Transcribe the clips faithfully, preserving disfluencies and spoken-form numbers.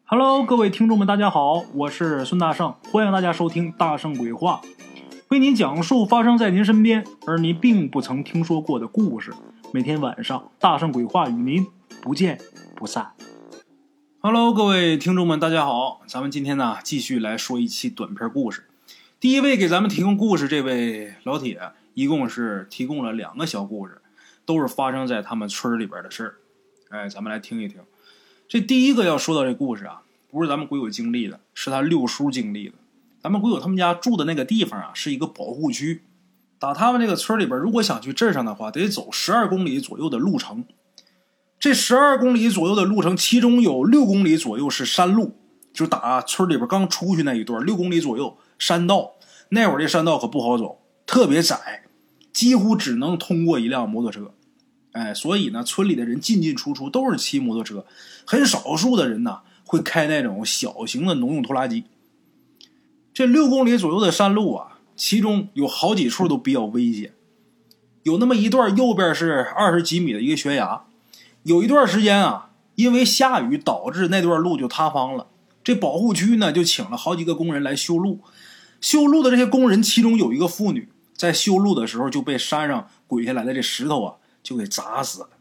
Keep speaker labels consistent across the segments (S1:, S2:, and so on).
S1: Hello， 各位听众们，大家好，我是孙大圣，欢迎大家收听大圣鬼话，为您讲述发生在您身边而您并不曾听说过的故事。每天晚上，大圣鬼话与您不见不散。Hello， 各位听众们，大家好，咱们今天呢继续来说一期短篇故事。第一位给咱们提供故事这位老铁，一共是提供了两个小故事，都是发生在他们村里边的事儿。哎，咱们来听一听。这第一个要说到这故事啊，不是咱们鬼友经历的，是他六叔经历的。咱们鬼友他们家住的那个地方啊，是一个保护区。打他们这个村里边，如果想去镇上的话，得走十二公里左右的路程。这十二公里左右的路程，其中有六公里左右是山路，就打村里边刚出去那一段，六公里左右山道。那会儿这山道可不好走，特别窄，几乎只能通过一辆摩托车。哎，所以呢，村里的人进进出出都是骑摩托车，很少数的人呢会开那种小型的农用拖拉机。这六公里左右的山路啊，其中有好几处都比较危险。有那么一段右边是二十几米的一个悬崖，有一段时间啊，因为下雨导致那段路就塌方了。这保护区呢就请了好几个工人来修路，修路的这些工人其中有一个妇女，在修路的时候就被山上滚下来的这石头啊就给砸死了。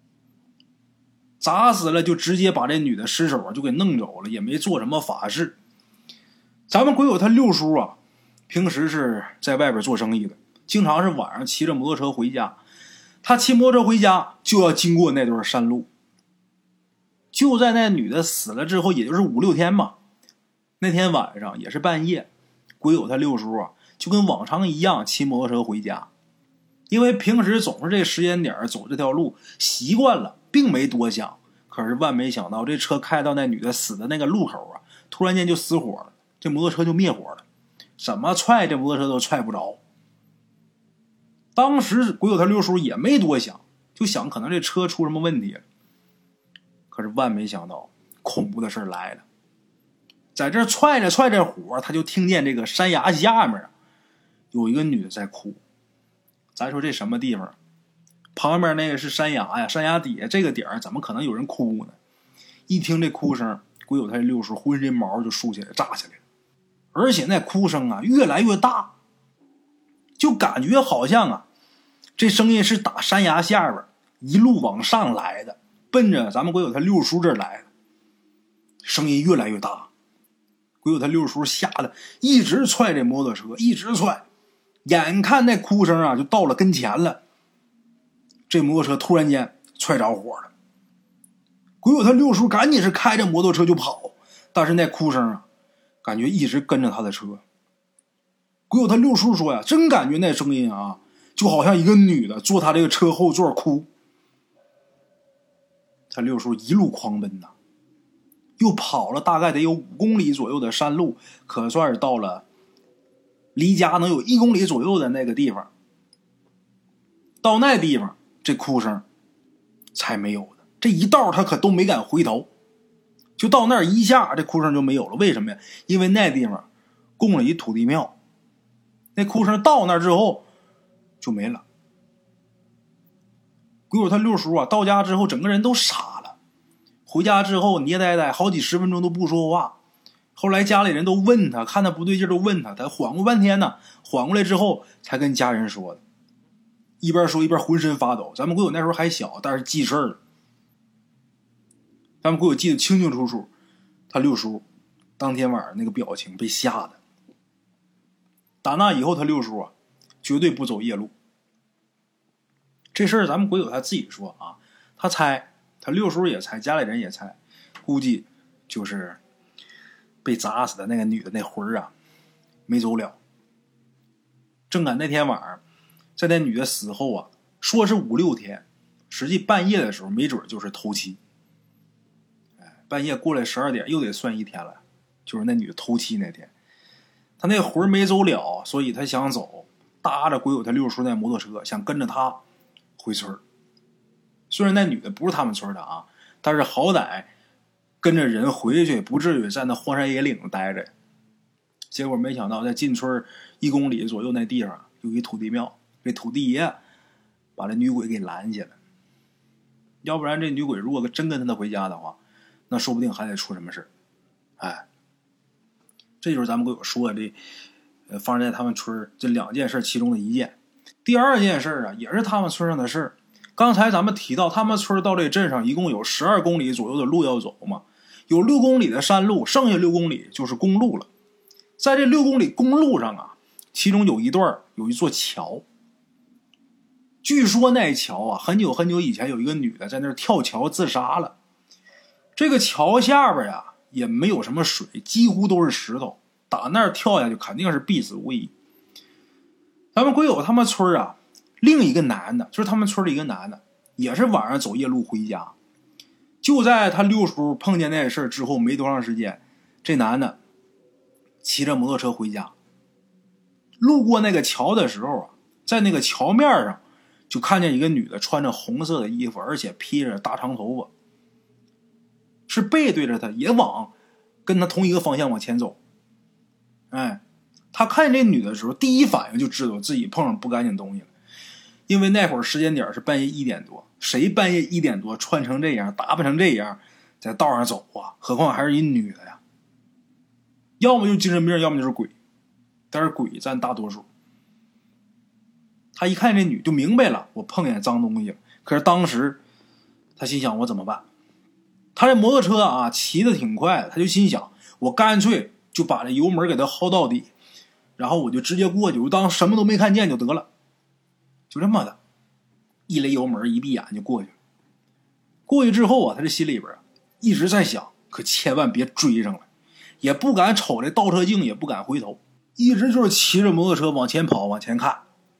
S1: 砸死了就直接把这女的尸首啊就给弄走了，也没做什么法事。咱们鬼友他六叔啊，平时是在外边做生意的，经常是晚上骑着摩托车回家。他骑摩托车回家就要经过那段山路。就在那女的死了之后，也就是五六天吧，那天晚上也是半夜，鬼友他六叔啊就跟往常一样骑摩托车回家。因为平时总是这时间点走这条路习惯了，并没多想。可是万没想到，这车开到那女的死的那个路口啊，突然间就失火了，这摩托车就灭火了，怎么踹这摩托车都踹不着。当时鬼友他六叔也没多想，就想可能这车出什么问题了。可是万没想到，恐怖的事来了。在这踹着踹着火，他就听见这个山崖下面啊有一个女的在哭。咱说这什么地方？旁边那个是山崖呀，山崖底下这个点儿怎么可能有人哭呢？一听这哭声，鬼友他六叔浑身毛就竖起来，炸起来了。而且那哭声啊越来越大，就感觉好像啊这声音是打山崖下边一路往上来的，奔着咱们鬼友他六叔这儿来的。声音越来越大，鬼友他六叔吓得一直踹这摩托车，一直踹。眼看那哭声啊就到了跟前了，这摩托车突然间踹着火了。鬼友他六叔赶紧是开着摩托车就跑，但是那哭声啊感觉一直跟着他的车。鬼友他六叔说呀，真感觉那声音啊就好像一个女的坐他这个车后座哭。他六叔一路狂奔呐，又跑了大概得有五公里左右的山路，可算是到了离家能有一公里左右的那个地方。到那地方这哭声才没有的，这一道他可都没敢回头，就到那儿一下这哭声就没有了。为什么呀？因为那地方供了一土地庙，那哭声到那儿之后就没了。鬼友他六叔啊到家之后整个人都傻了，回家之后捏呆呆好几十分钟都不说话。后来家里人都问他，看他不对劲都问他，他缓过半天呢，缓过来之后才跟家人说的。一边说一边浑身发抖。咱们鬼友那时候还小，但是记事儿了。咱们鬼友记得清清楚楚，他六叔当天晚上那个表情被吓的。打那以后他六叔啊绝对不走夜路。这事儿咱们鬼友他自己说啊，他猜，他六叔也猜，家里人也猜，估计就是被砸死的那个女的那魂儿啊没走了。正赶那天晚上，在那女的死后啊，说是五六天，实际半夜的时候没准就是头七。哎，半夜过来十二点又得算一天了，就是那女的头七那天。他那魂儿没走了，所以他想走，搭着鬼友他六叔那摩托车想跟着他回村。虽然那女的不是他们村的啊，但是好歹跟着人回去不至于在那荒山野岭待着。结果没想到在进村一公里左右那地方有一土地庙，这土地爷把这女鬼给拦下了。要不然这女鬼如果真跟他回家的话，那说不定还得出什么事。 哎，这就是咱们鬼友说的这呃发生在他们村这两件事其中的一件。第二件事啊，也是他们村上的事。刚才咱们提到他们村到这镇上一共有十二公里左右的路要走嘛，有六公里的山路，剩下六公里就是公路了。在这六公里公路上啊，其中有一段有一座桥。据说那桥啊，很久很久以前有一个女的在那儿跳桥自杀了。这个桥下边呀也没有什么水，几乎都是石头，打那儿跳下去肯定是必死无疑。咱们鬼友他们村啊，另一个男的，就是他们村的一个男的，也是晚上走夜路回家。就在他六叔碰见那事之后没多长时间，这男的骑着摩托车回家，路过那个桥的时候啊，在那个桥面上就看见一个女的穿着红色的衣服，而且披着大长头发，是背对着他，也往跟他同一个方向往前走。哎，他看见这女的时候，第一反应就知道自己碰上不干净东西了，因为那会儿时间点是半夜一点多，谁半夜一点多穿成这样，打扮成这样，在道上走啊？何况还是一女的呀，要么就是精神病，要么就是鬼，但是鬼占大多数。他一看这女就明白了，我碰见脏东西了。可是当时他心想，我怎么办？他这摩托车啊骑得挺快的，他就心想，我干脆就把这油门给他薅到底，然后我就直接过去，我当什么都没看见就得了。就这么的，一勒油门一闭眼就过去了。过去之后啊，他这心里边啊一直在想，可千万别追上来，也不敢瞅这倒车镜，也不敢回头，一直就是骑着摩托车往前跑，往前看。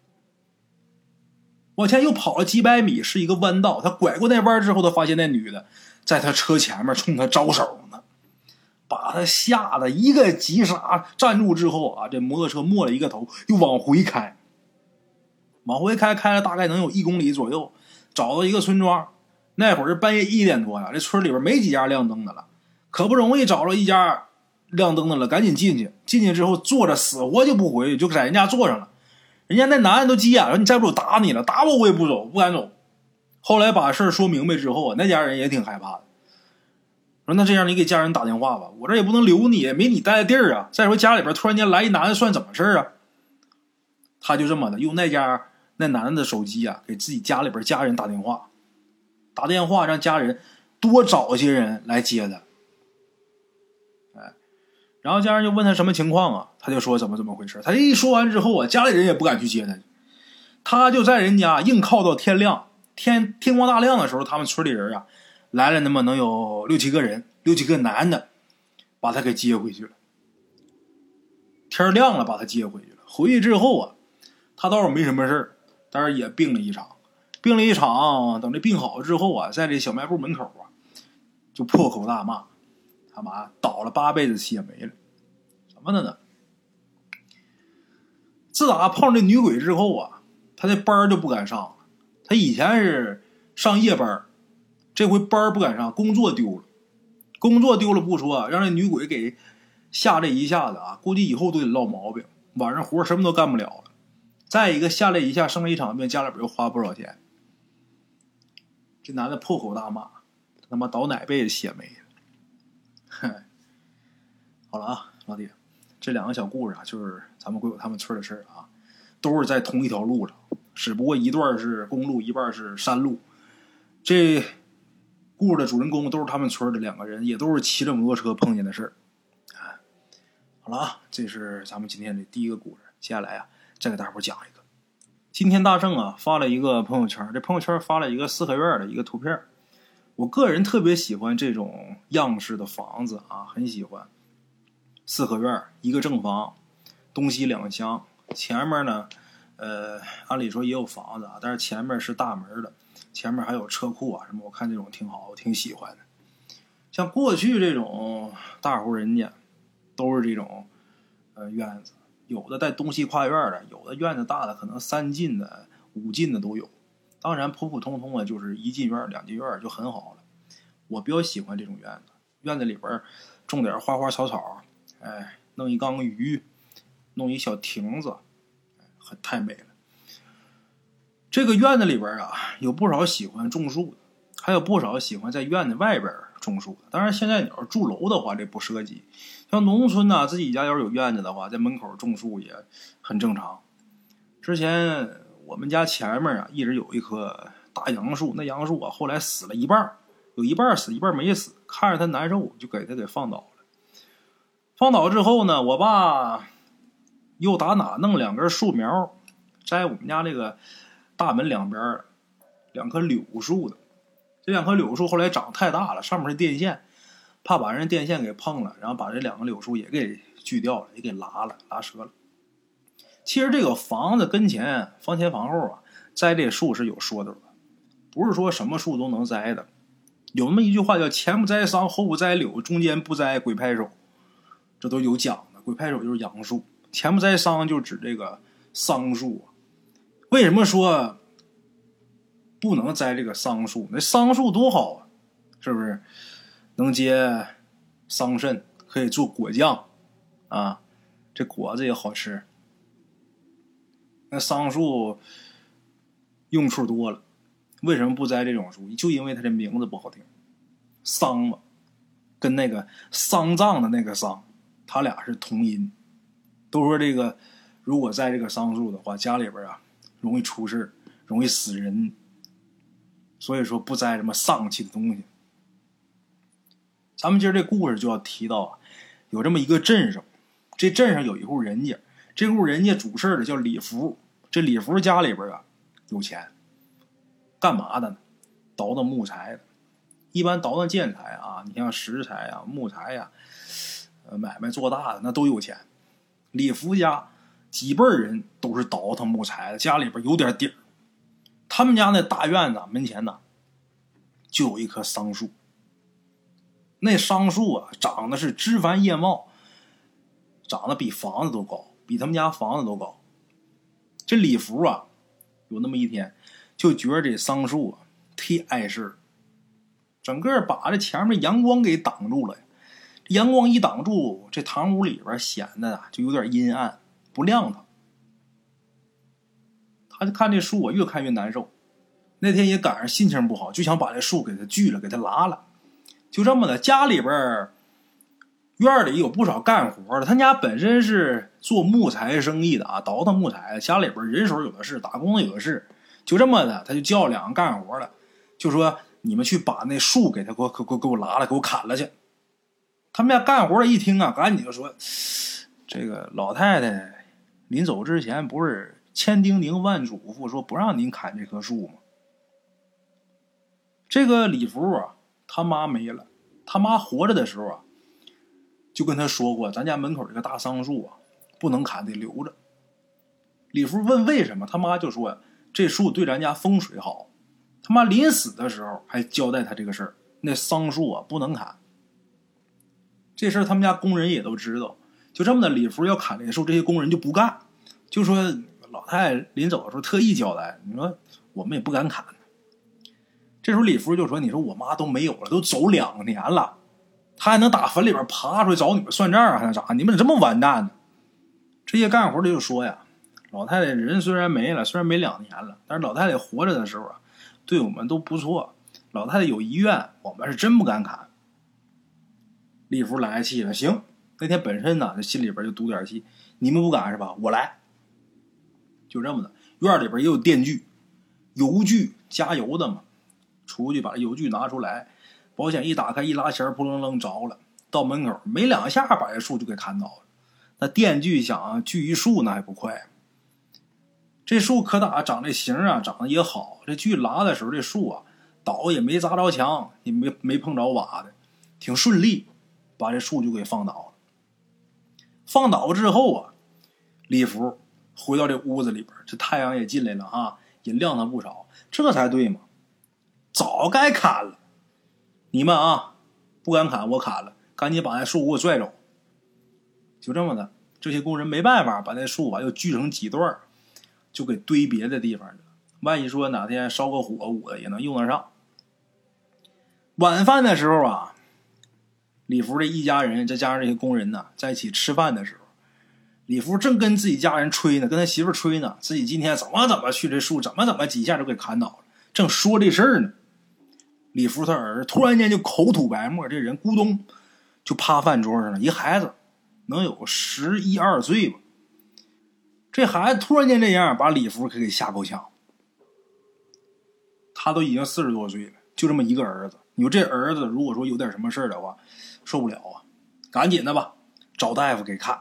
S1: 往前又跑了几百米，是一个弯道。他拐过那弯之后，他发现那女的在他车前面冲他招手呢，把他吓得一个急刹，站住之后啊，这摩托车没了一个头，又往回开，往回开，开了大概能有一公里左右，找到一个村庄。那会儿是半夜一点多呀，这村里边没几家亮灯的了，可不容易找着一家亮灯的了，赶紧进去。进去之后坐着死活就不回去，就在人家坐上了。人家那男的都急眼了，你再不走打你了，打我我也不走，不敢走。后来把事说明白之后啊，那家人也挺害怕的，说那这样你给家人打电话吧，我这也不能留你，没你待的地儿啊。再说家里边突然间来一男的算怎么事啊？他就这么的用那家那男的的手机啊，给自己家里边家人打电话，打电话让家人多找些人来接他。哎，然后家人就问他什么情况啊，他就说怎么怎么回事。他一说完之后啊，家里人也不敢去接他，他就在人家硬靠到天亮，天天光大亮的时候，他们村里人啊来了那么能有六七个人，六七个男的把他给接回去了。天亮了把他接回去了。回去之后啊，他倒是没什么事儿，但是也病了一场。病了一场，等这病好之后啊，在这小卖部门口啊就破口大骂，他妈倒了八辈子血霉了。什么的呢？自打碰这女鬼之后啊，他这班就不敢上了。他以前是上夜班，这回班不敢上，工作丢了。工作丢了不说，让这女鬼给吓这一下子啊，估计以后都得落毛病，晚上活什么都干不了了。再一个吓这一下生了一场病，家里边又花不少钱。这男的破口大骂，他妈倒哪辈子血霉了。好了啊，老弟，这两个小故事啊，就是咱们鬼友他们村的事啊，都是在同一条路上，只不过一段是公路，一半是山路。这故事的主人公都是他们村的两个人，也都是骑着摩托车碰见的事儿。好了啊，这是咱们今天的第一个故事。接下来啊，再给大伙讲一个。今天大圣啊发了一个朋友圈，这朋友圈发了一个四合院的一个图片。我个人特别喜欢这种样式的房子啊，很喜欢。四合院，一个正房，东西两厢，前面呢，呃，按理说也有房子啊，但是前面是大门的，前面还有车库啊什么，我看这种挺好，我挺喜欢的。像过去这种大户人家，都是这种呃院子，有的带东西跨院的，有的院子大的可能三进的、五进的都有。当然普普通通的就是一进院、两进院就很好了。我比较喜欢这种院子，院子里边种点花花草草，哎，弄一缸鱼，弄一小亭子，很太美了。这个院子里边啊，有不少喜欢种树的，还有不少喜欢在院子外边种树的。当然现在你要是住楼的话，这不涉及。像农村呢、啊，自己家要是有院子的话，在门口种树也很正常。之前我们家前面啊，一直有一棵大杨树，那杨树啊后来死了一半，有一半死一半没死，看着它难受，就给它给放倒了。放倒之后呢，我爸又打哪弄两根树苗，在我们家这个大门两边两棵柳树的。这两棵柳树后来长太大了，上面是电线，怕把人电线给碰了，然后把这两个柳树也给锯掉了，也给拉了，拉折了。其实这个房子跟前房前房后啊，栽这树是有说头的，不是说什么树都能栽的。有那么一句话叫前不栽桑，后不栽柳，中间不栽鬼拍手，这都有讲的。鬼拍手就是杨树，前不栽桑就指这个桑树。为什么说不能栽这个桑树？那桑树多好啊，是不是？能结桑葚，可以做果酱啊，这果子也好吃。那桑树用处多了，为什么不栽这种树？就因为它的名字不好听，桑嘛，跟那个丧葬的那个丧，它俩是同音。都说这个如果栽这个桑树的话，家里边啊容易出事，容易死人，所以说不栽什么丧气的东西。咱们今儿这故事就要提到啊，有这么一个镇上，这镇上有一户人家，这户人家主事的叫李福。这李福家里边啊有钱，干嘛的呢？倒腾木材的。一般倒腾建材啊，你像石材啊、木材呀、啊，呃，买卖做大的那都有钱。李福家几辈人都是倒腾木材的，家里边有点底儿。他们家那大院子门前呢，就有一棵桑树。那桑树啊，长得是枝繁叶茂，长得比房子都高，比他们家房子都高。这李福啊，有那么一天就觉得这桑树啊忒碍事，整个把这前面阳光给挡住了。阳光一挡住，这堂屋里边显得啊就有点阴暗，不亮堂。他就看这树啊，越看越难受。那天也赶上心情不好，就想把这树给它锯了，给它拉了。就这么的，家里边院里有不少干活的，他家本身是做木材生意的啊，倒腾木材的，家里边人手有的是，打工的有的是。就这么的，他就叫两个干活的，就说你们去把那树给他给我给我给我拉了，给我砍了去。他们家干活的一听啊，赶紧就说：“这个老太太临走之前不是千叮咛万嘱咐说不让您砍这棵树吗？”这个李福啊，他妈没了，他妈活着的时候啊，就跟他说过，咱家门口这个大桑树啊，不能砍，得留着。李福问为什么，他妈就说这树对咱家风水好。他妈临死的时候还交代他这个事儿，那桑树啊不能砍。这事儿他们家工人也都知道，就这么的，李福要砍这树，这些工人就不干，就说老太太临走的时候特意交代，你说我们也不敢砍。这时候李福就说：“你说我妈都没有了，都走两年了，她还能打坟里边爬出来找你们算账，还能咋？你们怎么这么完蛋呢？”这些干活的就说呀：“老太太人虽然没了，虽然没两年了，但是老太太活着的时候啊，对我们都不错。老太太有遗愿，我们是真不敢砍。”李福来气了，行，那天本身呢，这心里边就堵点气，你们不敢是吧？我来。就这么的，院里边也有电锯，油锯加油的嘛。出去把油锯拿出来，保险一打开，一拉弦，扑棱棱着了。到门口没两下，把这树就给砍倒了。那电锯想锯一树那还不快？这树可打长这形啊，长得也好。这锯拉的时候，这树啊倒也没砸着墙，也没没碰着瓦的，挺顺利，把这树就给放倒了。放倒之后啊，李福回到这屋子里边，这太阳也进来了啊，也亮了不少，这才对嘛。早该砍了，你们啊不敢砍，我砍了，赶紧把那树给我拽走。就这么的，这些工人没办法，把那树啊又锯成几段，就给堆别的地方去了。万一说哪天烧个火捂的也能用得上。晚饭的时候啊，李福这一家人再加上这些工人呢，在一起吃饭的时候，李福正跟自己家人吹呢，跟他媳妇吹呢，自己今天怎么怎么去这树，怎么怎么几下就给砍倒了，正说这事儿呢。 李福他儿子突然间就口吐白沫，这人咕咚就趴饭桌上了。一孩子能有十一二岁吧，这孩子突然间这样，把李福可给吓够呛。他都已经四十多岁了，就这么一个儿子。你说这儿子如果说有点什么事的话，受不了啊，赶紧的吧，找大夫给看。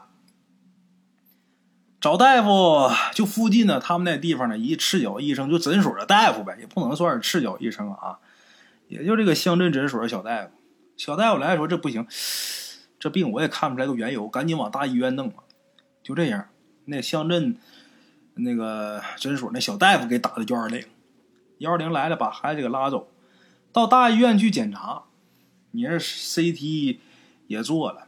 S1: 找大夫就附近呢，他们那地方呢，一赤脚医生，就诊所的大夫呗，也不能算是赤脚医生啊，也就这个乡镇诊所的小大夫。小大夫来说这不行，这病我也看不出来个缘由，赶紧往大医院弄吧。就这样，那乡镇那个诊所那小大夫给打的幺二零，幺二零来了，把孩子给拉走，到大医院去检查。你这 C T 也做了，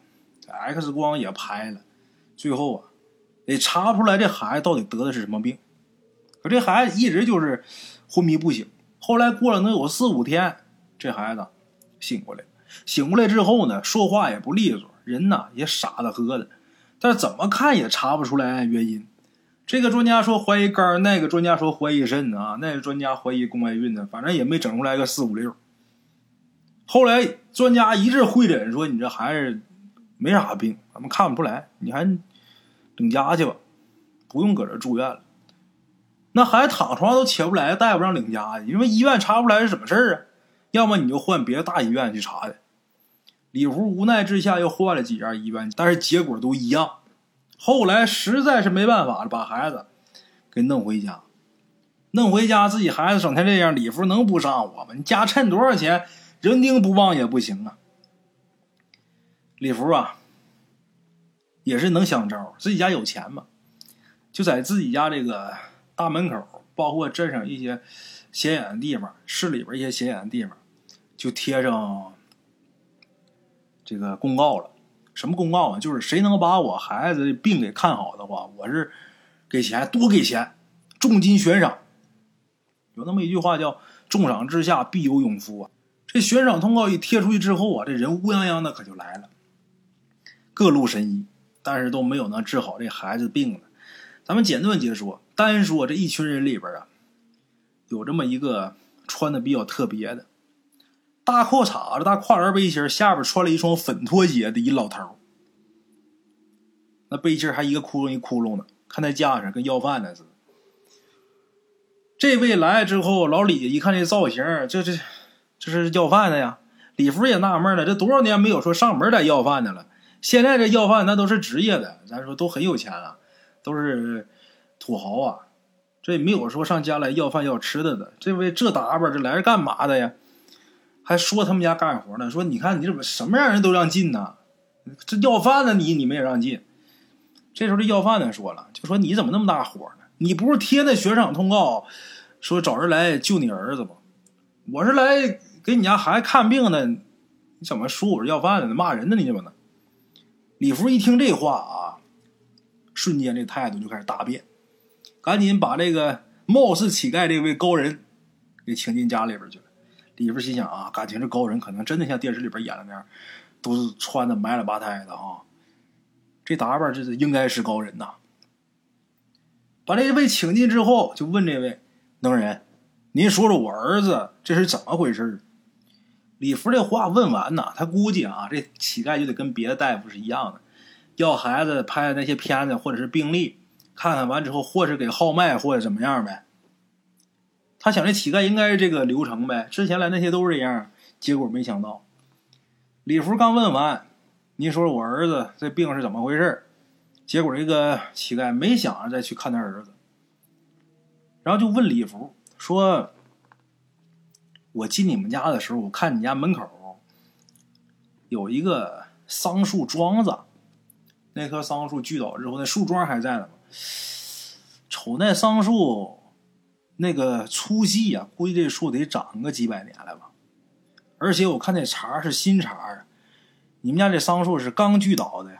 S1: X 光也拍了，最后啊也查不出来这孩子到底得的是什么病。可这孩子一直就是昏迷不醒，后来过了能有四五天，这孩子醒过来。醒过来之后呢，说话也不利索，人呢也傻的喝的，但是怎么看也查不出来原因。这个专家说怀疑肝，那个专家说怀疑肾啊，那个专家怀疑宫外孕呢，反正也没整出来个四五六。后来专家一致会诊说，你这孩子没啥病，咱们看不出来，你还领家去吧，不用搁这住院了。那孩子躺床上都起不来，大夫让领家去，因为医院查不出来是什么事儿啊，要么你就换别的大医院去查去。李福无奈之下又换了几家医院，但是结果都一样。后来实在是没办法了，把孩子给弄回家。弄回家自己孩子整天这样，李福能不上火吗？你家趁多少钱，人丁不旺也不行啊。李福啊也是能想招，自己家有钱嘛，就在自己家这个大门口，包括镇上一些显眼的地方，市里边一些显眼的地方，就贴上这个公告了。什么公告啊？就是谁能把我孩子的病给看好的话，我是给钱，多给钱，重金悬赏。有那么一句话叫重赏之下必有勇夫啊。这悬赏通告一贴出去之后啊，这人乌泱泱的可就来了，各路神医，但是都没有能治好这孩子病的。咱们简短截说，单说这一群人里边啊，有这么一个穿的比较特别的，大裤衩子、大跨栏背心，下边穿了一双粉拖鞋的一老头。那背心还一个窟窿一窟窿的，看那架势跟要饭的似的。这位来之后，老李一看这造型，这这这是要饭的呀。李福也纳闷了，这多少年没有说上门来要饭的了，现在这要饭那都是职业的，咱说都很有钱了，都是土豪啊，这没有说上家来要饭要吃的的。这位这打扮这来是干嘛的呀？还说他们家干活呢，说你看你这什么样人都让进呢，这要饭的你你们也让进。这时候这要饭的说了，就说你怎么那么大火呢？你不是贴那悬赏通告说找人来救你儿子吗？我是来给你家孩子看病的，你怎么说我是要饭的，骂人的你怎么呢？李福一听这话啊，瞬间这态度就开始大变，赶紧把这个貌似乞丐这位高人给请进家里边去了。李福心想啊，感情这高人可能真的像电视里边演的那样，都是穿的埋了吧胎的啊，这打扮这是应该是高人呐。把这位请进之后，就问这位能人，您说说我儿子这是怎么回事？李福这话问完呐，他估计啊，这乞丐就得跟别的大夫是一样的，要孩子拍的那些片子或者是病历，看看完之后，或是给号脉，或者怎么样呗。他想这乞丐应该是这个流程呗，之前来那些都是这样，结果没想到。李福刚问完，您说我儿子这病是怎么回事？结果这个乞丐没想着再去看他儿子，然后就问李福说，我进你们家的时候，我看你家门口有一个桑树桩子，那棵桑树锯倒之后，那树桩还在呢吗？瞅那桑树那个粗细啊，估计这树得长个几百年了吧。而且我看那茬是新茬啊，你们家这桑树是刚锯倒的呀？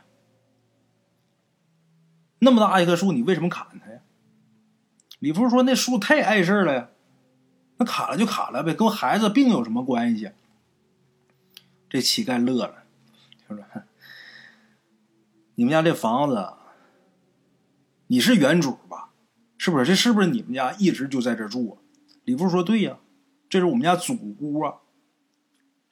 S1: 那么大一棵树，你为什么砍它呀？李福说，那树太碍事了呀，那砍了就砍了呗，跟孩子病有什么关系？这乞丐乐了，他说，你们家这房子你是原主吧？是不是？这是不是你们家一直就在这住啊？李福说，对呀，这是我们家祖屋啊。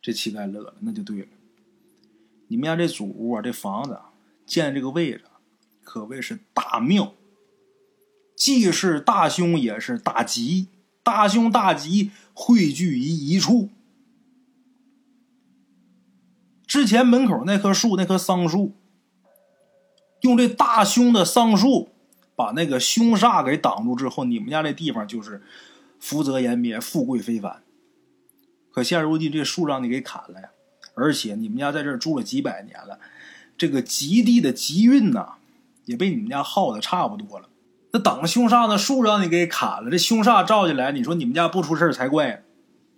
S1: 这乞丐乐了，那就对了，你们家这祖屋啊，这房子建这个位置可谓是大庙，既是大凶也是大吉，大凶大吉汇聚于一处。之前门口那棵树，那棵桑树，用这大凶的桑树把那个凶煞给挡住之后，你们家这地方就是福泽延绵，富贵非凡。可现如今这树让你给砍了呀，而且你们家在这儿住了几百年了，这个吉地的吉运呐、啊，也被你们家耗的差不多了。那挡凶煞的树让你给砍了，这凶煞照进来，你说你们家不出事才怪呀。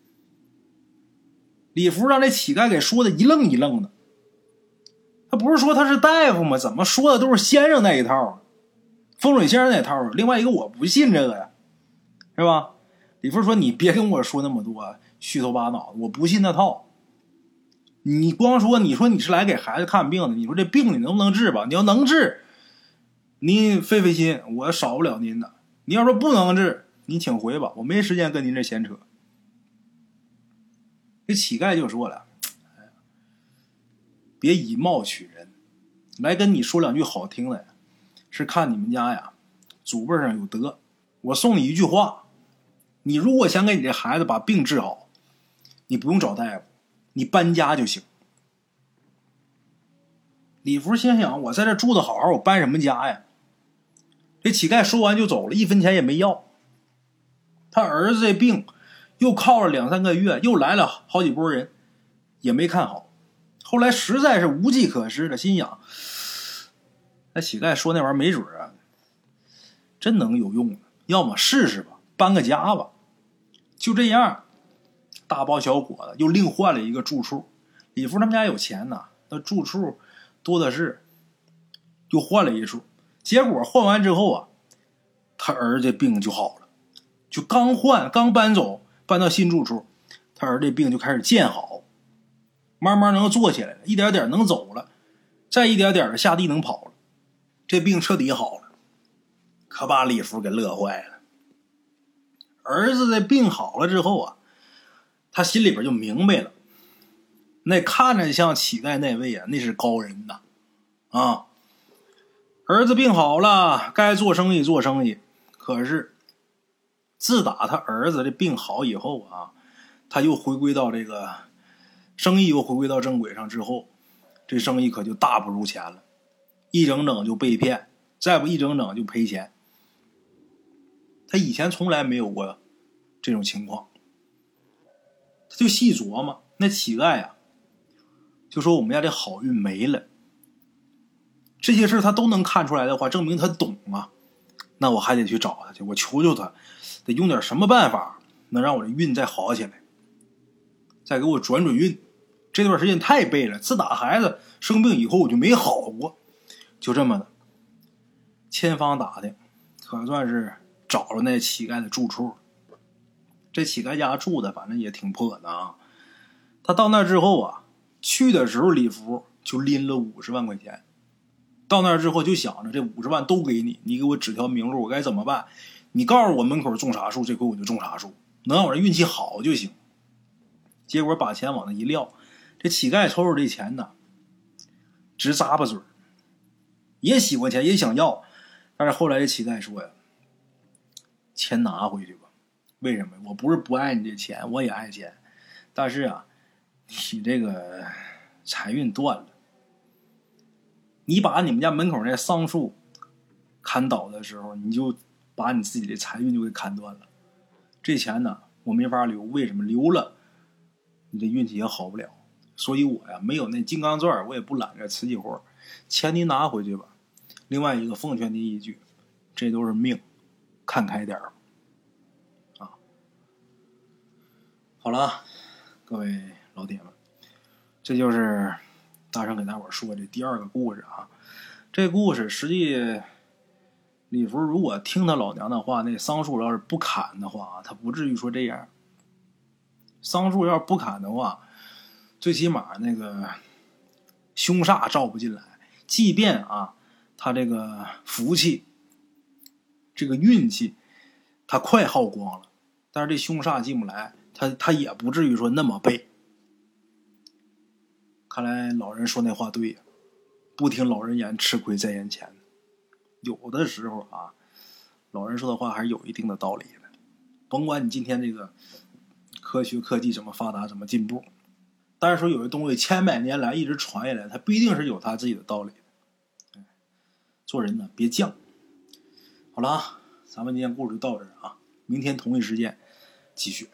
S1: 李福让这乞丐给说的一愣一愣的，他不是说他是大夫吗？怎么说的都是先生那一套，风水先生那一套。另外一个我不信这个呀，是吧？李福说你别跟我说那么多虚头巴脑的，我不信那套。你光说你说你是来给孩子看病的，你说这病你能不能治吧？你要能治，您费费心，我少不了您的。你要说不能治，您请回吧，我没时间跟您这闲扯。这乞丐就说了，哎，别以貌取人，来跟你说两句好听的呀，是看你们家呀祖辈上有德。我送你一句话，你如果想给你这孩子把病治好，你不用找大夫，你搬家就行。李福心想，我在这住的好好，我搬什么家呀？这乞丐说完就走了，一分钱也没要。他儿子这病又靠了两三个月，又来了好几波人，也没看好。后来实在是无计可施了，心想那乞丐说那玩意儿没准啊真能有用，要么试试吧，搬个家吧。就这样，大包小伙子又另换了一个住处。李福他们家有钱呐，那住处多的是，又换了一处。结果换完之后啊，他儿子病就好了，就刚换刚搬走搬到新住处，他儿子病就开始见好，慢慢能坐起来了，一点点能走了，再一点点的下地能跑了，这病彻底好了，可把李福给乐坏了。儿子的病好了之后啊，他心里边就明白了，那看着像乞丐那位啊，那是高人呐啊！儿子病好了，该做生意做生意。可是自打他儿子这病好以后啊，他又回归到这个生意又回归到正轨上之后，这生意可就大不如前了，一整整就被骗，再不一整整就赔钱。他以前从来没有过这种情况，他就细琢磨，那乞丐啊就说我们家这好运没了，这些事他都能看出来的话，证明他懂啊。那我还得去找他去，我求求他，得用点什么办法能让我这运再好起来，再给我转转运。这段时间太背了，自打孩子生病以后我就没好过。就这么的千方打听，可算是找了那乞丐的住处。这乞丐家住的反正也挺破的啊。他到那之后啊，去的时候李福就拎了五十万块钱，到那之后就想着这五十万都给你，你给我指条明路，我该怎么办？你告诉我门口种啥树，这回我就种啥树，能让我这运气好就行。结果把钱往那一撂，这乞丐抽着这钱呢，直咂巴嘴，也喜欢钱，也想要，但是后来这乞丐说呀，钱拿回去吧。为什么？我不是不爱你这钱，我也爱钱，但是啊，你这个财运断了。你把你们家门口那桑树砍倒的时候，你就把你自己的财运就给砍断了。这钱呢，我没法留，为什么？留了，你这运气也好不了。所以我呀，没有那金刚钻，我也不揽这瓷器活，钱你拿回去吧。另外一个，奉劝您一句，这都是命，看开点儿啊。好了，各位老铁们，这就是大圣给大伙说这第二个故事啊。这故事实际李福如果听他老娘的话，那桑树要是不砍的话，他不至于说这样。桑树要是不砍的话，最起码那个凶煞照不进来，即便啊他这个福气这个运气他快耗光了，但是这凶煞进不来，他他也不至于说那么背。 看来老人说那话对呀，不听老人言，吃亏在眼前。有的时候啊，老人说的话还是有一定的道理的。甭管你今天这个科学科技怎么发达，怎么进步，但是说有些东西千百年来一直传下来，它不一定是有它自己的道理的。做人呢，别犟。好了啊，咱们今天故事就到这儿啊，明天同一时间继续。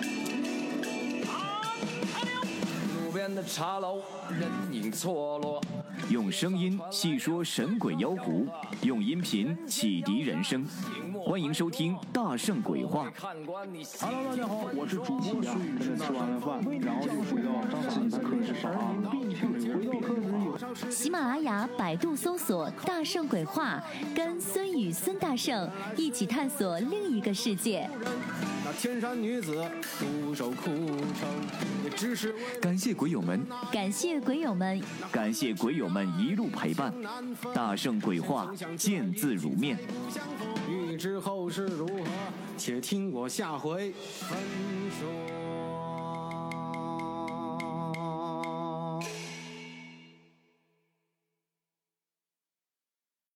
S2: 路边的茶楼，人影错落。
S3: 用声音细说神鬼妖狐，用音频启迪人生。欢迎收听《大圣鬼话》。
S4: Hello， 大家好，我是主播孙宇，吃完了饭，然后就回到自己的课室上啊，并且回到课室有。
S5: 喜马拉雅、百度搜索“大圣鬼话”，跟孙宇、孙大圣一起探索另一个世界。
S2: 那天山女子独守空城，也只是
S3: 感谢鬼友们，
S5: 感谢鬼友们，
S3: 感谢鬼友们一路陪伴。大圣鬼话，见字如面。
S2: 欲知后事如何，且听我下回分说。